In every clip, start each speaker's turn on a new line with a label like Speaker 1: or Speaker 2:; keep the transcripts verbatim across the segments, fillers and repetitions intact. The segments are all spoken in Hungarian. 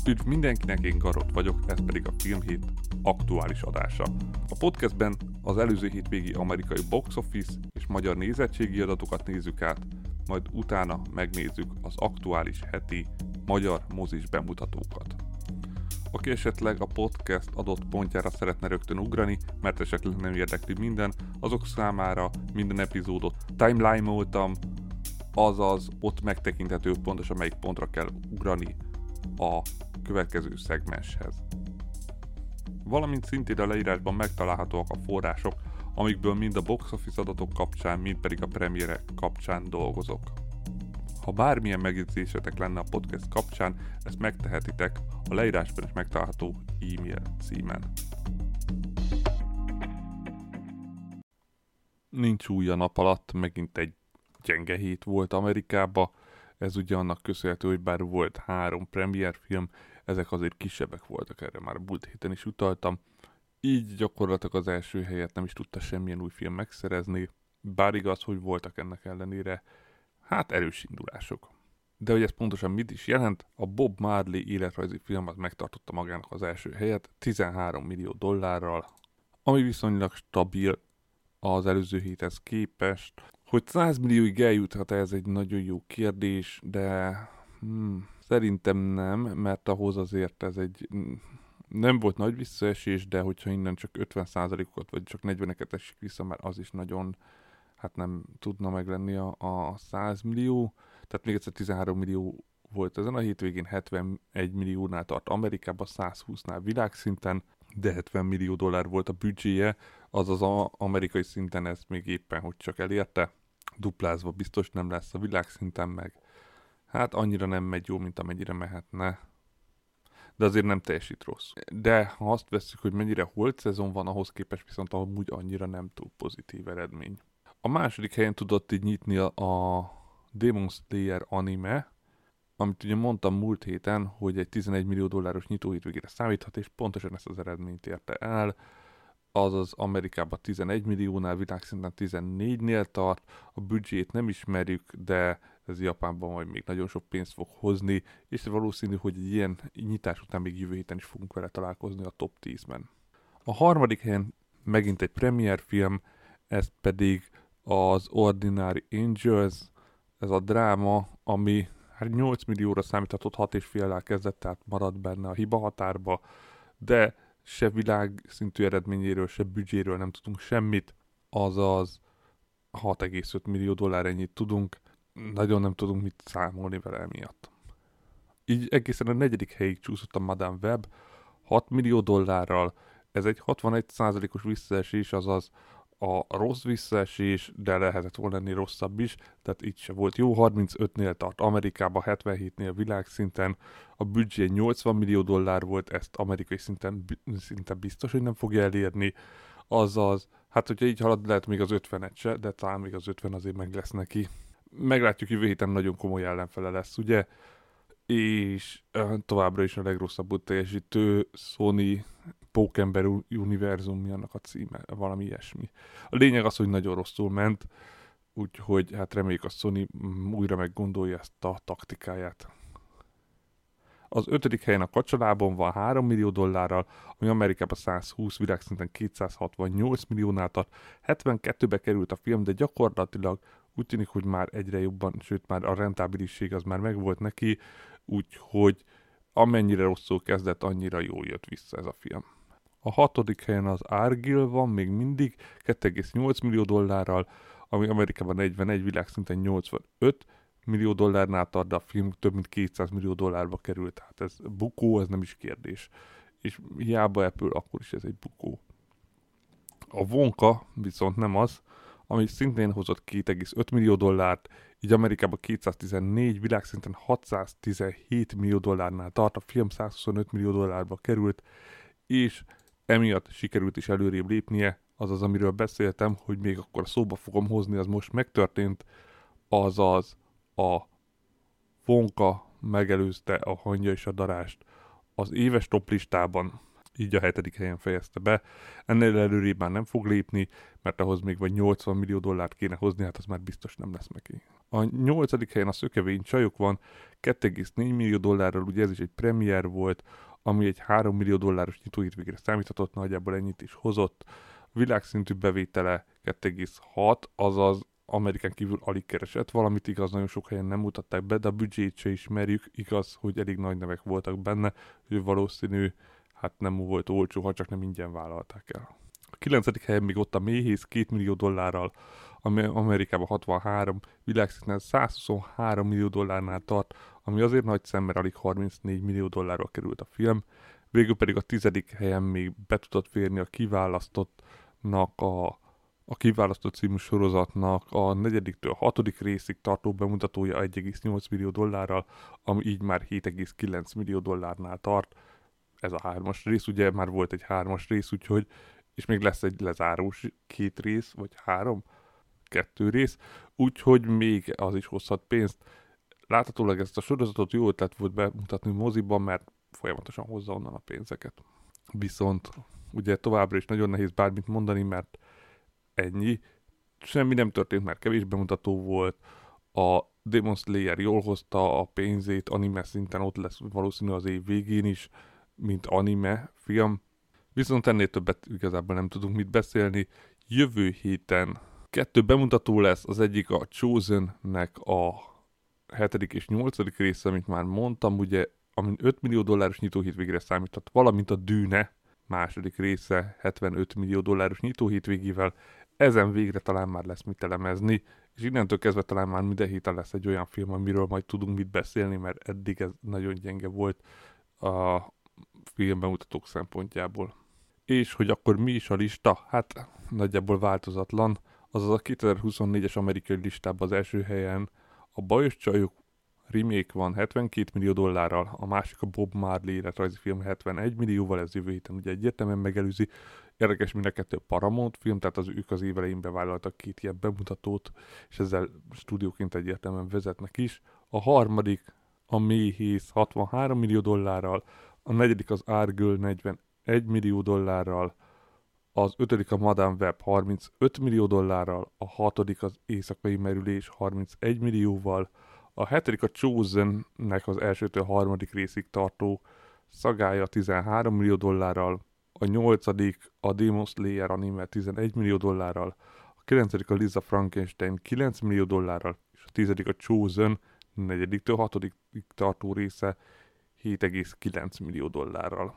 Speaker 1: Üdv mindenkinek, én Garott vagyok, ez pedig a Filmhét aktuális adása. A podcastben az előző hétvégi amerikai box office és magyar nézettségi adatokat nézzük át, majd utána megnézzük az aktuális heti magyar mozis bemutatókat. Aki esetleg a podcast adott pontjára szeretne rögtön ugrani, mert esetleg nem érdekli minden, azok számára minden epizódot timeline-oltam, azaz ott megtekinthető pontosan melyik pontra kell ugrani a következő szegmenshez. Valamint szintén a leírásban megtalálhatóak a források, amikből mind a box office adatok kapcsán, mind pedig a premierek kapcsán dolgozok. Ha bármilyen megjegyzésetek lenne a podcast kapcsán, ezt megtehetitek a leírásban is megtalálható e-mail címen. Nincs új a nap alatt, megint egy gyenge hét volt Amerikába. Ez ugye annak köszönhető, hogy bár volt három premierfilm, ezek azért kisebbek voltak, erre már múlt héten is utaltam. Így gyakorlatilag az első helyet nem is tudta semmilyen új film megszerezni, bár igaz, hogy voltak ennek ellenére hát erős indulások. De hogy ez pontosan mit is jelent, a Bob Marley életrajzi film az megtartotta magának az első helyet tizenhárom millió dollárral, ami viszonylag stabil az előző héthez képest. Hogy száz millióig eljuthat, ez egy nagyon jó kérdés, de hmm, szerintem nem, mert ahhoz azért ez egy nem volt nagy visszaesés, de hogyha innen csak ötven százalékot vagy csak negyveneket esik vissza, mert az is nagyon, hát nem tudna meglenni a, a száz millió. Tehát még egyszer tizenhárom millió volt ezen a hétvégén, hetvenegy milliónál tart Amerikában, száz húsznál világszinten, de hetven millió dollár volt a büdzséje, azaz az amerikai szinten ezt még éppen hogy csak elérte. Duplázva biztos nem lesz a világszinten meg. Hát annyira nem megy jó, mint amennyire mehetne. De azért nem teljesít rossz. De ha azt vesszük, hogy mennyire holt szezon van, ahhoz képest viszont amúgy annyira nem túl pozitív eredmény. A második helyen tudott így nyitni a, a Demon Slayer anime, amit ugye mondtam múlt héten, hogy egy tizenegy millió dolláros nyitóhétvégére számíthat, és pontosan ezt az eredményt érte el. Azaz Amerikában tizenegy milliónál, világszinten tizennégynél tart, a büdzsét nem ismerjük, de ez Japánban majd még nagyon sok pénzt fog hozni, és valószínű, hogy egy ilyen nyitás után még jövő héten is fogunk vele találkozni a top tízben. A harmadik helyen megint egy premier film, ez pedig az Ordinary Angels, ez a dráma, ami hát nyolc millióra számíthatott, hat és féllel kezdett, tehát maradt benne a hiba határba, de se világszintű eredményéről, se büdzséről nem tudunk semmit, azaz hat egész öt millió dollár ennyit tudunk, nagyon nem tudunk mit számolni vele emiatt. Így egészen a negyedik helyig csúszott a Madame Web hat millió dollárral, ez egy hatvanegy százalékos visszaesés, azaz a rossz visszaesés, de lehetett volna lenni rosszabb is, tehát így se volt jó, harmincötnél tart Amerikában, hetvenhétnél világszinten, a büdzsé nyolcvan millió dollár volt, ezt amerikai szinten szinte biztos, hogy nem fogja elérni, azaz, hát hogyha így halad, lehet még az ötvenet se, de talán még az ötven azért meg lesz neki. Meglátjuk, jövő héten nagyon komoly ellenfele lesz, ugye, és továbbra is a legrosszabbul teljesítő Sony Pókember univerzum, mi annak a címe, valami ilyesmi. A lényeg az, hogy nagyon rosszul ment, úgyhogy hát reméljük a Sony újra meggondolja ezt a taktikáját. Az ötödik helyen a Kacsalában van három millió dollárral, ami Amerikában száz húsz, világszinten kétszázhatvannyolc milliónál tart. hetvenkettőbe került a film, de gyakorlatilag úgy tűnik, hogy már egyre jobban, sőt már a rentábilisség az már megvolt neki, úgyhogy amennyire rosszul kezdett, annyira jól jött vissza ez a film. A hatodik helyen az Argylle van még mindig két egész nyolc millió dollárral, ami Amerikában negyvenegy, világszinten nyolcvanöt millió dollárnál tart, de a film több mint kétszáz millió dollárba került. Tehát ez bukó, ez nem is kérdés. És hiába Apple, akkor is ez egy bukó. A Wonka viszont nem az, ami szintén hozott két egész öt millió dollárt, így Amerikában kétszáztizennégy, világszinten hatszáztizenhét millió dollárnál tart, a film százhuszonöt millió dollárba került, és emiatt sikerült is előrébb lépnie, azaz amiről beszéltem, hogy még akkor szóba fogom hozni, az most megtörtént, azaz a Wonka megelőzte a Hangya és a Darást az éves toplistában. így a hetedik helyen fejezte be. Ennél előrébb már nem fog lépni, mert ahhoz még vagy nyolcvan millió dollárt kéne hozni, hát az már biztos nem lesz neki. A nyolcadik helyen a Szökevény csajok van, két egész négy millió dollárral, ugye ez is egy premier volt, ami egy három millió dolláros nyitóhétvégére számíthatott, nagyjából ennyit is hozott. A világszintű bevétele két egész hat, azaz Amerikán kívül alig keresett, valamit igaz, nagyon sok helyen nem mutatták be, de a büdzsét se ismerjük, igaz, hogy elég nagy nevek voltak benne, hogy valószínű, hát nem volt olcsó, ha csak nem ingyen vállalták el. A kilencedik helyen még ott a Méhész két millió dollárral, ami Amerikában hatvanhárom, világszinten százhuszonhárom millió dollárnál tart, ami azért nagy szem, mert alig harmincnégy millió dollárral került a film. Végül pedig a tizedik helyen még be tudott férni a kiválasztottnak a A kiválasztott című sorozatnak a negyediktől hatodik részig tartó bemutatója egy egész nyolc millió dollárral, ami így már hét egész kilenc millió dollárnál tart. Ez a hármas rész, ugye már volt egy hármas rész, úgyhogy, és még lesz egy lezárós két rész, vagy három, kettő rész, úgyhogy még az is hozhat pénzt. Láthatólag ezt a sorozatot jó ötlet volt bemutatni moziban, mert folyamatosan hozza onnan a pénzeket. Viszont ugye továbbra is nagyon nehéz bármit mondani, mert ennyi. Semmi nem történt, mert kevés bemutató volt. A Demon Slayer jól hozta a pénzét, anime szinten ott lesz valószínű az év végén is, mint anime film. Viszont ennél többet igazából nem tudunk mit beszélni. Jövő héten kettő bemutató lesz, az egyik a Chosen-nek a hetedik és nyolcadik része, amit már mondtam, ugye, amin öt millió dolláros nyitóhétvégére számított, valamint a Dűne második része hetvenöt millió dolláros nyitóhétvégével. Ezen végre talán már lesz mit elemezni, és innentől kezdve talán már minden héten lesz egy olyan film, amiről majd tudunk mit beszélni, mert eddig ez nagyon gyenge volt a filmbemutatók szempontjából. És hogy akkor mi is a lista? Hát nagyjából változatlan, azaz a kétezer-huszonnégyes amerikai listában az első helyen a Bajos Csajok remake van hetvenkét millió dollárral, a másik a Bob Marley életrajzi film hetvenegy millióval, ez jövő héten ugye egyértelműen megelőzi. Érdekes, mind a kettő Paramount film, tehát az ők az év elején bevállaltak két ilyen bemutatót, és ezzel stúdióként egyértelműen vezetnek is. A harmadik a Méhész hatvanhárom millió dollárral, a negyedik az Argylle negyvenegy millió dollárral, az ötödik a Madame Web harmincöt millió dollárral, a hatodik az Éjszakai Merülés harmincegy millióval, a hetedik a Chosen-nek az elsőtől harmadik részig tartó szagája tizenhárom millió dollárral, a nyolcadik a Demon Slayer anime tizenegy millió dollárral, a kilencedik a Lisa Frankenstein kilenc millió dollárral, és a tizedik a Chosen negyediktől hatodik tartó része hét egész kilenc millió dollárral.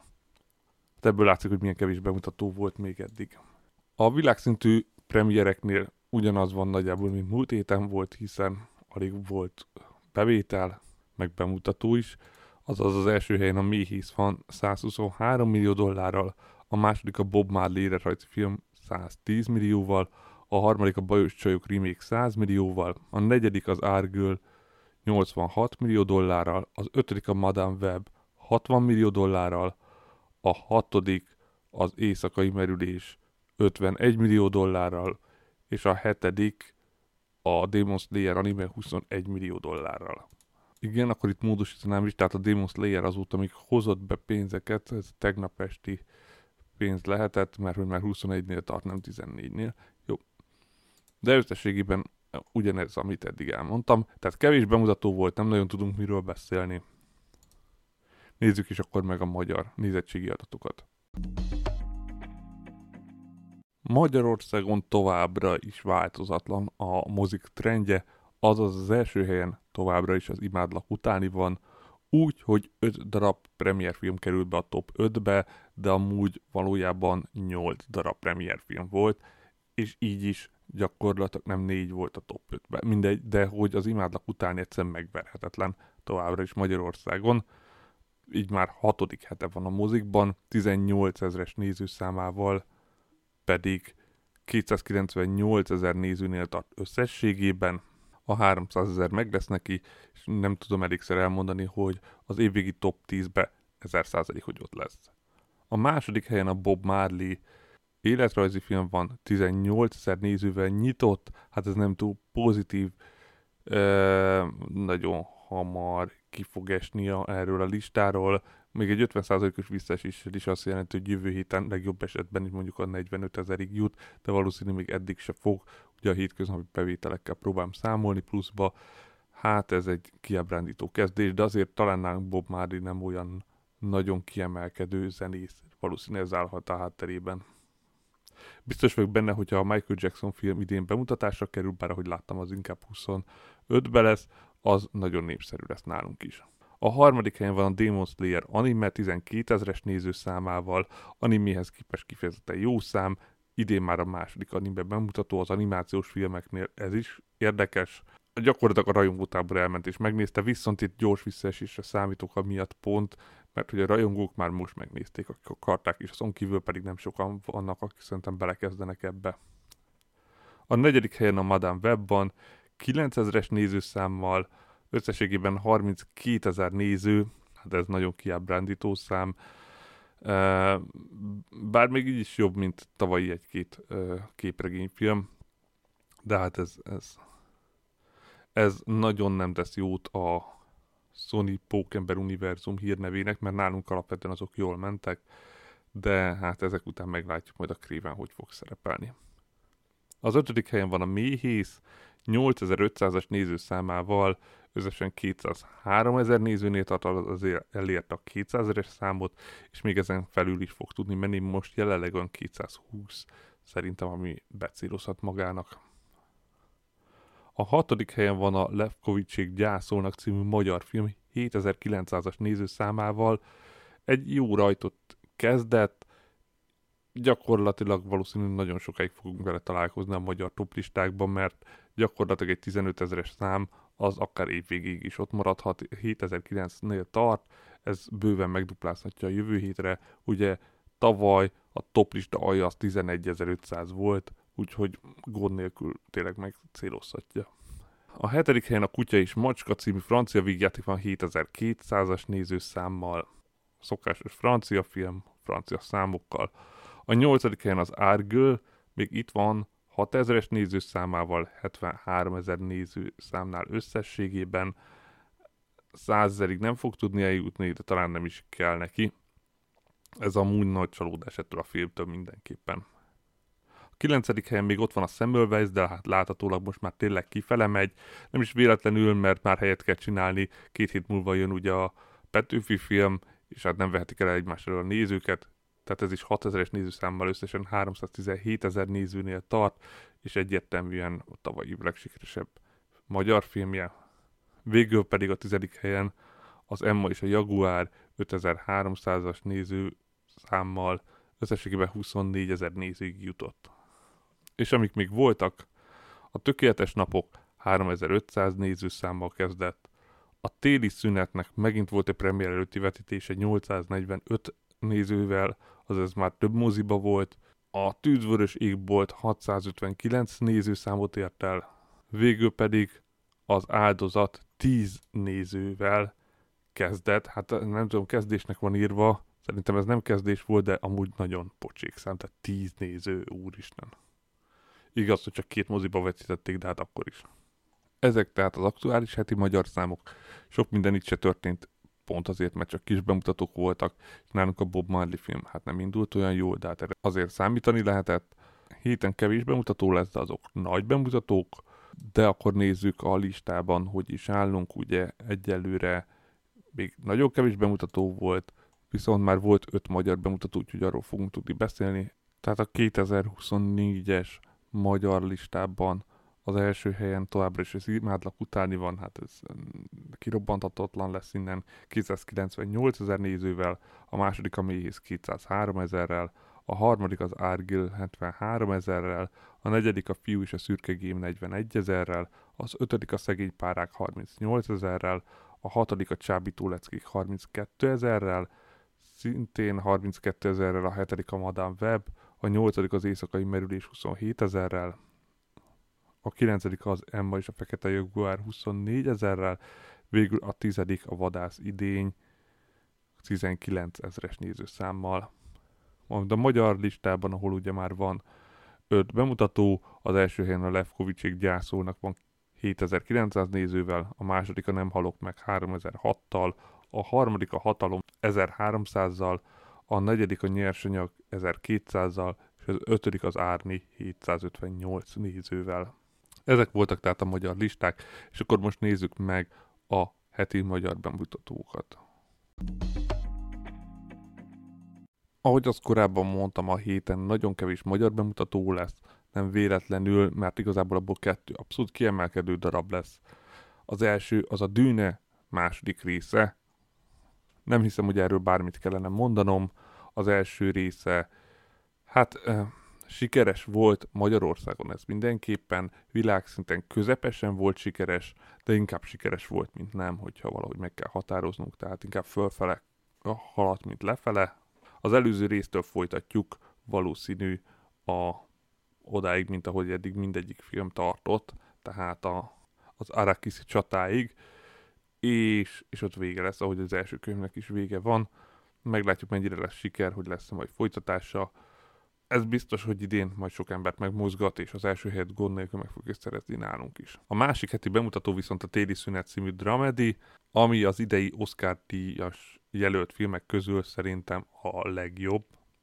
Speaker 1: Ebből látszik, hogy milyen kevés bemutató volt még eddig. A világszintű premiereknél ugyanaz van nagyjából, mint múlt héten volt, hiszen alig volt bevétel, meg bemutató is. Azaz az első helyen a Méhész van százhuszonhárom millió dollárral, a második a Bob Marley életrajzi film száztíz millióval, a harmadik a Bajos Csajok remake száz millióval, a negyedik az Argylle nyolcvanhat millió dollárral, az ötödik a Madame Web hatvan millió dollárral, a hatodik az Éjszakai Merülés ötvenegy millió dollárral, és a hetedik a Demon Slayer anime huszonegy millió dollárral. Igen, akkor itt módosítanám is, tehát a Demon Slayer azóta még hozott be pénzeket, ez tegnap esti pénz lehetett, mert hogy már huszonegynél tart, nem tizennégynél. Jó. De összességében ugyanez, amit eddig elmondtam. Tehát kevés bemutató volt, nem nagyon tudunk miről beszélni. Nézzük is akkor meg a magyar nézettségi adatokat. Magyarországon továbbra is változatlan a mozik trendje, azaz az első helyen továbbra is az Imádlak utáni van, úgy, hogy öt darab premierfilm került be a top ötbe, de amúgy valójában nyolc darab premierfilm volt, és így is gyakorlatilag nem négy volt a top ötben. Mindegy, de hogy az Imádlak után egyszerűen megverhetetlen továbbra is Magyarországon. Így már hatodik hete van a mozikban, tizennyolc ezres nézőszámával, pedig kétszázkilencvennyolc ezer nézőnél tart összességében. A háromszázezer meg lesz neki, és nem tudom elégszer elmondani, hogy az évvégi top tízbe ezer százalék, hogy ott lesz. A második helyen a Bob Marley életrajzi film van, tizennyolc ezer nézővel nyitott, hát ez nem túl pozitív, e, nagyon hamar ki fog esni erről a listáról, még egy ötven százalékos visszaeséssel is azt jelenti, hogy jövő héten legjobb esetben is mondjuk a negyvenöt ezerig jut, de valószínű még eddig se fog. Ugye a hétköznapi bevételekkel próbálom számolni pluszba. Hát ez egy kiábrándító kezdés, de azért talán nálunk Bob Marley nem olyan nagyon kiemelkedő zenész. Valószínűleg ez állhat a hátterében. Biztos vagyok benne, hogyha a Michael Jackson film idén bemutatásra kerül, bár ahogy láttam, az inkább huszonötben lesz, az nagyon népszerű lesz nálunk is. A harmadik helyen van a Demon Slayer anime tizenkétezres nézőszámával, animéhez képest kifejezetten jó szám, idén már a második anime bemutató az animációs filmeknél, ez is érdekes. Gyakorlatilag a rajongótábor elment és megnézte, viszont itt gyors visszaesésre számítok amiatt pont, mert hogy a rajongók már most megnézték, akik akarták, és azon kívül pedig nem sokan vannak, akik szerintem belekezdenek ebbe. A negyedik helyen a Madame Web van, kilencezres nézőszámmal, összességében harminckétezer néző, hát ez nagyon kiábrándító szám, bár még így is jobb, mint tavalyi egy-két képregényfilm, de hát ez, ez, ez nagyon nem tesz jót a Sony Pókember univerzum hírnevének, mert nálunk alapvetően azok jól mentek, de hát ezek után meglátjuk majd a Craven hogy fog szerepelni. Az ötödik helyen van a Méhész, nyolcezer-ötszázas nézőszámával, összesen kétszázháromezer nézőnél tart, azért elérte a kétszázeres számot, és még ezen felül is fog tudni menni, most jelenleg olyan kétszázhúsz szerintem, ami becélozhat magának. A hatodik helyen van a Lefkovicsék gyászolnak című magyar film hétezer-kilencszázas nézőszámával. Egy jó rajtot kezdett, gyakorlatilag valószínűleg nagyon sokáig fogunk vele találkozni a magyar toplistákban, mert gyakorlatilag egy tizenötezeres szám az akár évvégéig is ott maradhat, hétezer-kilencnél tart, ez bőven megduplázhatja a jövő hétre, ugye tavaly a toplista alja az tizenegyezer-ötszáz volt, úgyhogy gond nélkül tényleg megcélozhatja. A hetedik helyen a Kutya és Macska című francia vígjáték van hétezer-kétszázas nézőszámmal, szokásos francia film, francia számokkal. A nyolcadik helyen az Argyll, még itt van hatezeres nézőszámával, hetvenháromezer nézőszámnál összességében, százezerig nem fog tudni eljutni, de talán nem is kell neki. Ez amúgy nagy csalódás ettől a filmtől mindenképpen. A kilencedik helyen még ott van a Semmelweis, de hát láthatólag most már tényleg kifele megy. Nem is véletlenül, mert már helyet kell csinálni. Két hét múlva jön ugye a Petőfi film, és hát nem vehetik el egymásról a nézőket. Tehát ez is hatezeres nézőszámmal összesen háromszáztizenhétezer nézőnél tart, és egyértelműen a tavalyi legsikeresebb magyar filmje. Végül pedig a tizedik helyen az Emma és a Jaguár ötezer-háromszázas nézőszámmal összességében huszonnégyezer nézőig jutott. És amik még voltak, a Tökéletes napok háromezer-ötszáz nézőszámmal kezdett, a téli szünetnek megint volt egy premier előtti vetítése nyolcszáznegyvenöt nézővel, azaz már több moziba volt, a Tűzvörös égbolt hatszázötvenkilenc nézőszámot ért el, végül pedig az Áldozat tíz nézővel kezdett, hát nem tudom, kezdésnek van írva, szerintem ez nem kezdés volt, de amúgy nagyon pocsék szám, tehát tíz néző, úristen. Igaz, hogy csak két moziba vetítették, de hát akkor is. Ezek tehát az aktuális heti magyar számok. Sok minden itt se történt, pont azért, mert csak kis bemutatók voltak, és nálunk a Bob Marley film hát nem indult olyan jól, de hát azért számítani lehetett. Héten kevés bemutató lesz, de azok nagy bemutatók, de akkor nézzük a listában, hogy is állunk, ugye egyelőre még nagyon kevés bemutató volt, viszont már volt öt magyar bemutató, úgyhogy arról fogunk tudni beszélni. Tehát a kétezer-huszonnégyes magyar listában az első helyen továbbra is az Imádlak utáni van, hát ez kirobbantatatlan lesz innen, kétszázkilencvennyolcezer nézővel, a második a Méhész kétszázháromezerrel, a harmadik az Argyll hetvenháromezerrel, a negyedik a Fiú és a szürke gém negyvenegyezerrel, az ötödik a Szegény párák harmincnyolcezerrel, a hatodik a Csábító leckék harminckétezerrel, szintén harminckétezerrel a hetedik a Madame Web, a nyolcadik az Éjszakai merülés huszonhétezerrel, a kilencedik az Emma és a Fekete Jaguár huszonnégyezer, végül a tizedik a Vadász idény tizenkilencezres nézőszámmal. Majd a magyar listában, ahol ugye már van öt bemutató, az első helyen a Lefkovicsék gyászolnak van hétezer-kilencszáz nézővel, a második a Nem halok meg háromezer-hattal, a harmadik a Hatalom ezerháromszázzal, a negyedik a Nyersanyag ezerkétszázzal, és az ötödik az Árni hétszázötvennyolc nézővel. Ezek voltak tehát a magyar listák, és akkor most nézzük meg a heti magyar bemutatókat. Ahogy azt korábban mondtam, a héten nagyon kevés magyar bemutató lesz, nem véletlenül, mert igazából abból kettő abszolút kiemelkedő darab lesz. Az első az a Dűne második része. Nem hiszem, hogy erről bármit kellene mondanom. Az első része, hát eh, sikeres volt Magyarországon, ez mindenképpen, világszinten közepesen volt sikeres, de inkább sikeres volt, mint nem, hogyha valahogy meg kell határoznunk, tehát inkább fölfele haladt, mint lefele. Az előző résztől folytatjuk, valószínű a odáig, mint ahogy eddig mindegyik film tartott, tehát a, az Arrakiszi csatáig, és, és ott vége lesz, ahogy az első könyvnek is vége van. Meglátjuk, mennyire lesz siker, hogy lesz majd folytatása. Ez biztos, hogy idén majd sok embert megmozgat, és az első helyet gond nélkül meg fogjuk szerezni nálunk is. A másik heti bemutató viszont a Téli szünet című dramedy, ami az idei Oscar-díjas jelölt filmek közül szerintem a legjobb.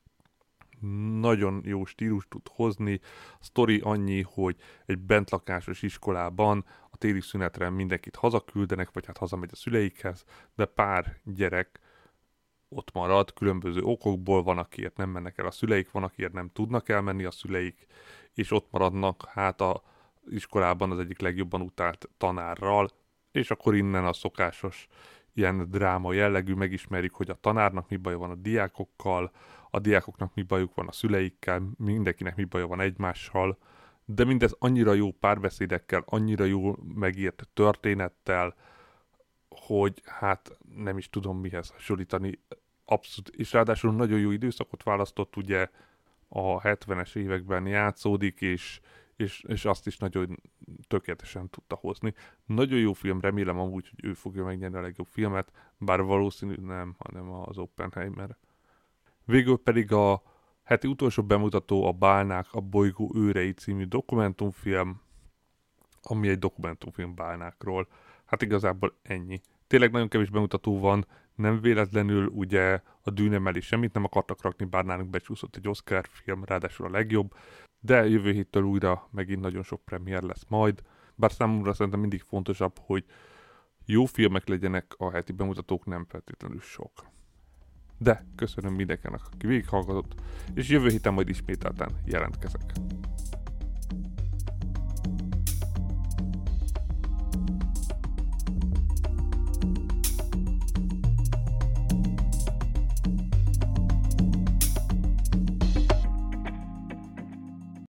Speaker 1: Nagyon jó stílust tud hozni. A sztori annyi, hogy egy bentlakásos iskolában a téli szünetre mindenkit hazaküldenek, vagy hát hazamegy a szüleikhez, de pár gyerek ott marad, különböző okokból, van, akiért nem mennek el a szüleik, van, akiért nem tudnak elmenni a szüleik, és ott maradnak hát az iskolában az egyik legjobban utált tanárral, és akkor innen a szokásos ilyen dráma jellegű, megismerjük, hogy a tanárnak mi baja van a diákokkal, a diákoknak mi bajuk van a szüleikkel, mindenkinek mi baja van egymással, de mindez annyira jó párbeszédekkel, annyira jó megírt történettel, hogy hát nem is tudom mihez hasonlítani. Abszolút, és ráadásul nagyon jó időszakot választott, ugye a hetvenes években játszódik, és, és, és azt is nagyon tökéletesen tudta hozni. Nagyon jó film, remélem amúgy, hogy ő fogja megnyerni a legjobb filmet, bár valószínű nem, hanem az Oppenheimer. Végül pedig a heti utolsó bemutató a Bálnák, a bolygó őrei című dokumentumfilm, ami egy dokumentumfilm bálnákról. Hát igazából ennyi. Tényleg nagyon kevés bemutató van, nem véletlenül ugye a Dűne mellé semmit nem akartak rakni, bár nálunk becsúszott egy Oscar film, ráadásul a legjobb, de jövő héttől újra megint nagyon sok premier lesz majd, bár számomra szerintem mindig fontosabb, hogy jó filmek legyenek a heti bemutatók, nem feltétlenül sok. De köszönöm mindenkinek, aki végighallgatott, és jövő héten majd ismételten jelentkezek.